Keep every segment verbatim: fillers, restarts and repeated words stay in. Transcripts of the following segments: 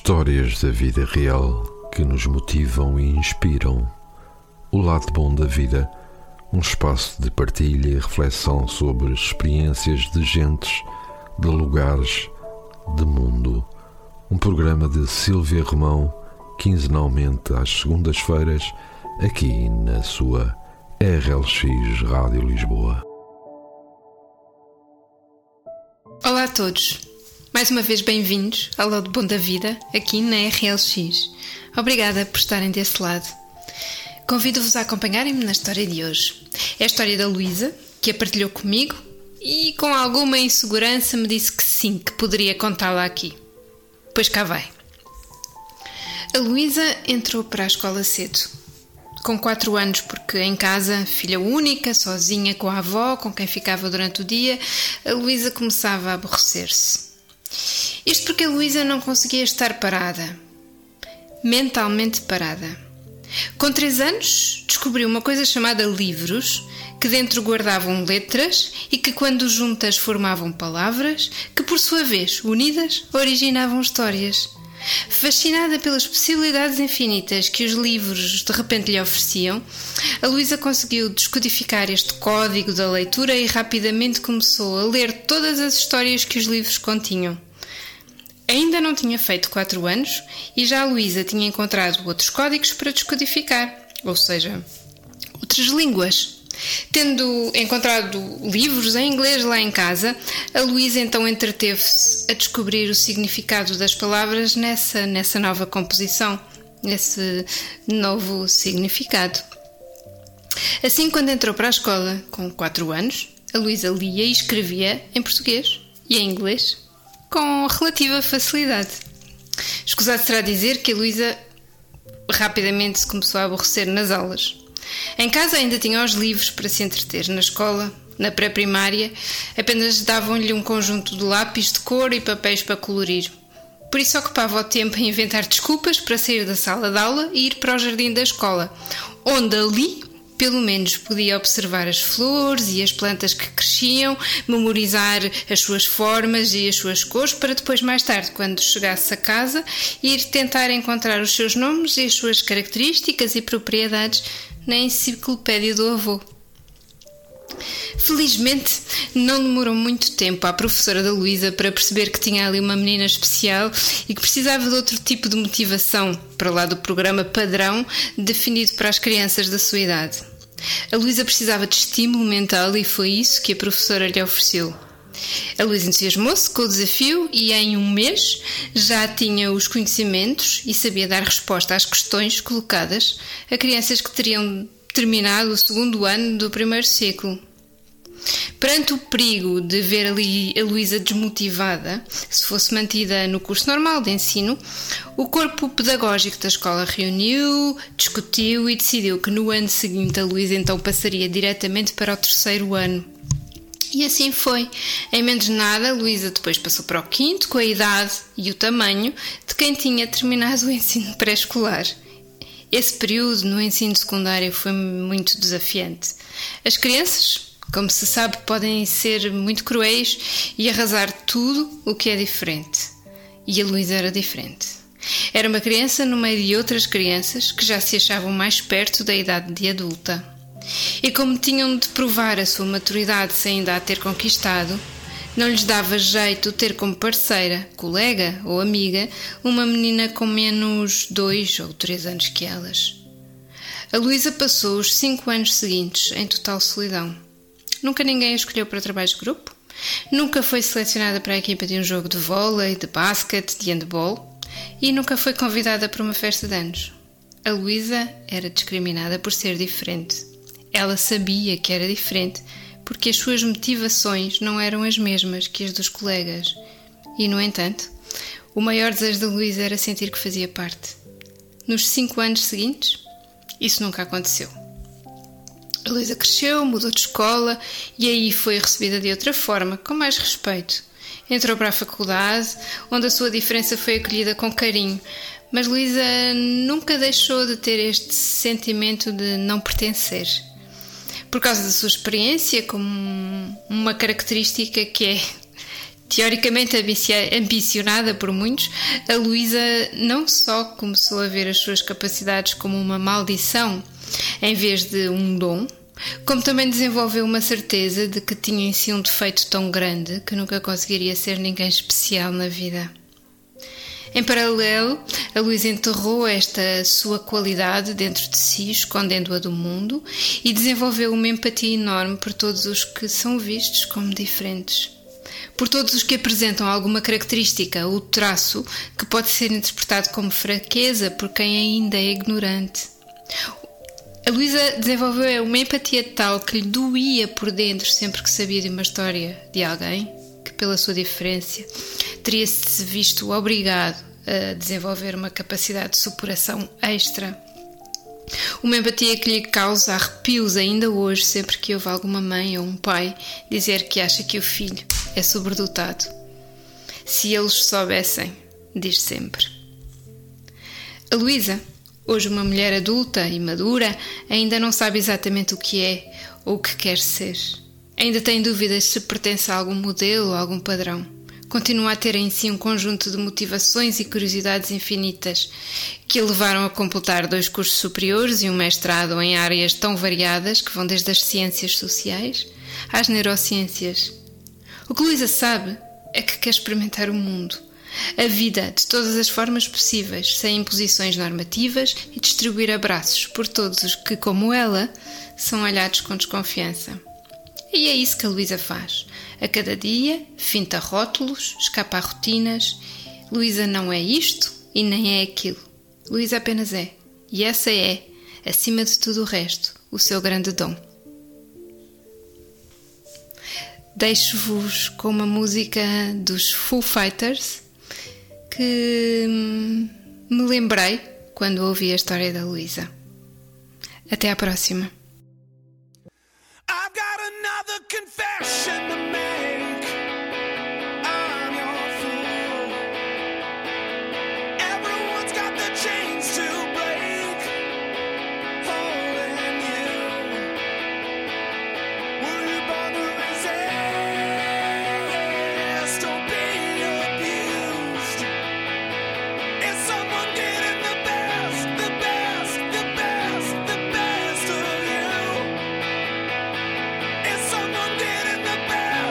Histórias da vida real que nos motivam e inspiram. O lado bom da vida, um espaço de partilha e reflexão sobre experiências de gentes, de lugares, de mundo. Um programa de Sílvia Romão, quinzenalmente às segundas-feiras, aqui na sua R L X Rádio Lisboa. Olá a todos, mais uma vez bem-vindos ao lado bom da vida, aqui na R L X. Obrigada por estarem desse lado. Convido-vos a acompanharem-me na história de hoje. É a história da Luísa, que a partilhou comigo e com alguma insegurança me disse que sim, que poderia contá-la aqui. Pois cá vai. A Luísa entrou para a escola cedo, com quatro anos, porque em casa, filha única, sozinha com a avó, com quem ficava durante o dia, a Luísa começava a aborrecer-se. Isto porque a Luísa não conseguia estar parada, mentalmente parada. Com três anos, descobriu uma coisa chamada livros, que dentro guardavam letras e que quando juntas formavam palavras, que por sua vez, unidas, originavam histórias. Fascinada pelas possibilidades infinitas que os livros de repente lhe ofereciam, a Luísa conseguiu descodificar este código da leitura e rapidamente começou a ler todas as histórias que os livros continham. Ainda não tinha feito quatro anos e já a Luísa tinha encontrado outros códigos para descodificar, ou seja, outras línguas. Tendo encontrado livros em inglês lá em casa, a Luísa então entreteve-se a descobrir o significado das palavras nessa, nessa nova composição, nesse novo significado. Assim, quando entrou para a escola com quatro anos, a Luísa lia e escrevia em português e em inglês com relativa facilidade. Escusado será dizer que a Luísa rapidamente se começou a aborrecer nas aulas. Em casa ainda tinha os livros para se entreter. Na escola, na pré-primária, apenas davam-lhe um conjunto de lápis de cor e papéis para colorir. Por isso ocupava o tempo em inventar desculpas para sair da sala de aula e ir para o jardim da escola, onde ali, pelo menos, podia observar as flores e as plantas que cresciam, memorizar as suas formas e as suas cores, para depois, mais tarde, quando chegasse a casa, ir tentar encontrar os seus nomes e as suas características e propriedades na enciclopédia do avô. Felizmente, não demorou muito tempo à professora da Luísa para perceber que tinha ali uma menina especial e que precisava de outro tipo de motivação, para lá do programa padrão definido para as crianças da sua idade. A Luísa precisava de estímulo mental e foi isso que a professora lhe ofereceu. A Luísa entusiasmou-se com o desafio e em um mês já tinha os conhecimentos e sabia dar resposta às questões colocadas a crianças que teriam terminado o segundo ano do primeiro ciclo. Perante o perigo de ver ali a Luísa desmotivada, se fosse mantida no curso normal de ensino, o corpo pedagógico da escola reuniu, discutiu e decidiu que no ano seguinte a Luísa então passaria diretamente para o terceiro ano. E assim foi. Em menos de nada, a Luísa depois passou para o quinto, com a idade e o tamanho de quem tinha terminado o ensino pré-escolar. Esse período no ensino secundário foi muito desafiante. As crianças, como se sabe, podem ser muito cruéis e arrasar tudo o que é diferente. E a Luísa era diferente. Era uma criança no meio de outras crianças que já se achavam mais perto da idade de adulta. E como tinham de provar a sua maturidade sem ainda a ter conquistado, não lhes dava jeito ter como parceira, colega ou amiga uma menina com menos dois ou três anos que elas. A Luísa passou os cinco anos seguintes em total solidão. Nunca ninguém a escolheu para trabalhos de grupo, nunca foi selecionada para a equipa de um jogo de vôlei, de basquete, de handball e nunca foi convidada para uma festa de anos. A Luísa era discriminada por ser diferente. Ela sabia que era diferente porque as suas motivações não eram as mesmas que as dos colegas. E, no entanto, o maior desejo da Luísa era sentir que fazia parte. Nos cinco anos seguintes, isso nunca aconteceu. A Luísa cresceu, mudou de escola e aí foi recebida de outra forma, com mais respeito. Entrou para a faculdade, onde a sua diferença foi acolhida com carinho, mas Luísa nunca deixou de ter este sentimento de não pertencer. Por causa da sua experiência, como uma característica que é Teoricamente ambicionada por muitos, a Luísa não só começou a ver as suas capacidades como uma maldição em vez de um dom, como também desenvolveu uma certeza de que tinha em si um defeito tão grande que nunca conseguiria ser ninguém especial na vida. Em paralelo, a Luísa enterrou esta sua qualidade dentro de si, escondendo-a do mundo, e desenvolveu uma empatia enorme por todos os que são vistos como diferentes. Por todos os que apresentam alguma característica ou traço que pode ser interpretado como fraqueza por quem ainda é ignorante. A Luísa desenvolveu uma empatia tal que lhe doía por dentro sempre que sabia de uma história de alguém que, pela sua diferença, teria-se visto obrigado a desenvolver uma capacidade de superação extra. Uma empatia que lhe causa arrepios ainda hoje sempre que ouve alguma mãe ou um pai dizer que acha que o filho é sobredotado. Se eles soubessem, diz sempre. A Luísa, hoje uma mulher adulta e madura, ainda não sabe exatamente o que é ou o que quer ser. Ainda tem dúvidas se pertence a algum modelo ou a algum padrão. Continua a ter em si um conjunto de motivações e curiosidades infinitas que a levaram a completar dois cursos superiores e um mestrado em áreas tão variadas que vão desde as ciências sociais às neurociências. O que Luísa sabe é que quer experimentar o mundo, a vida de todas as formas possíveis, sem imposições normativas, e distribuir abraços por todos os que, como ela, são olhados com desconfiança. E é isso que a Luísa faz. A cada dia, finta rótulos, escapa a rotinas. Luísa não é isto e nem é aquilo. Luísa apenas é. E essa é, acima de tudo o resto, o seu grande dom. Deixo-vos com uma música dos Foo Fighters que me lembrei quando ouvi a história da Luísa. Até à próxima. I've got another confession to make. I'm your fool. Everyone's got the chains to break, holding you. Were you born to resist or be abused? Is someone getting the best, the best, the best, the best of you? Is someone getting the best?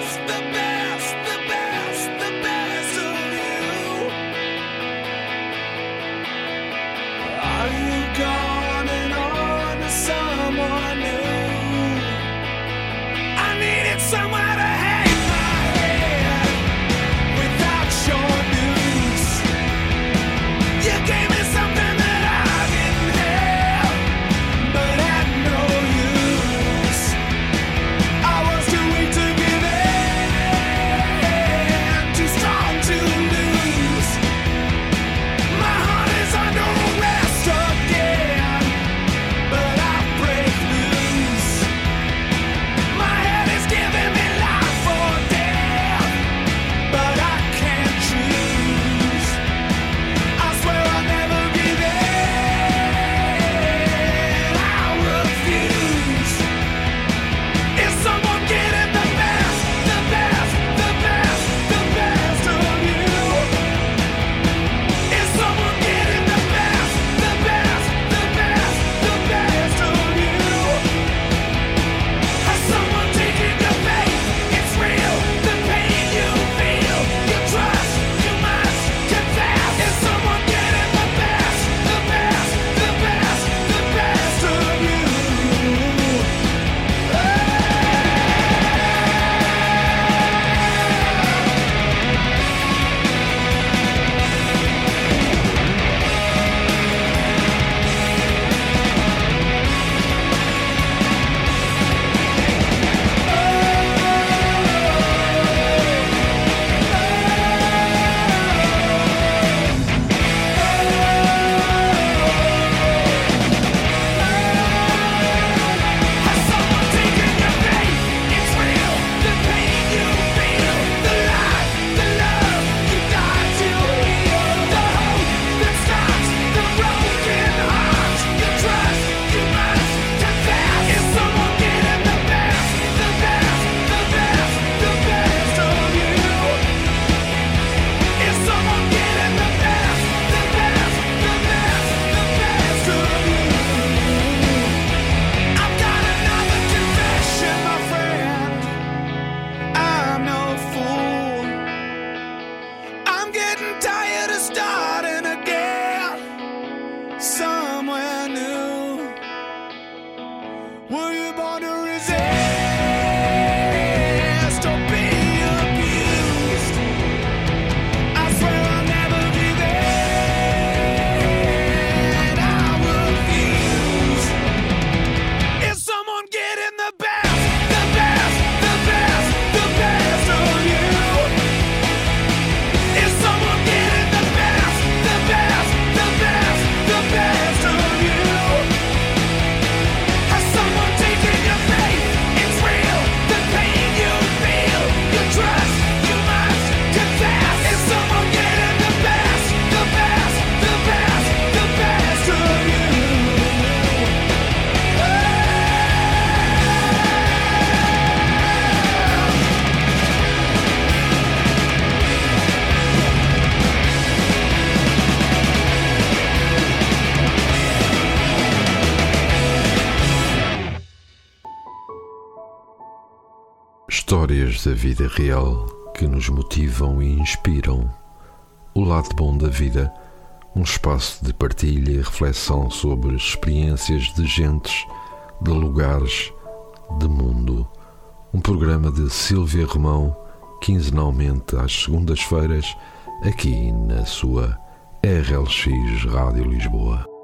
Histórias da vida real que nos motivam e inspiram. O lado bom da vida, um espaço de partilha e reflexão sobre experiências de gentes, de lugares, de mundo. Um programa de Sílvia Romão, quinzenalmente às segundas-feiras, aqui na sua R L X Rádio Lisboa.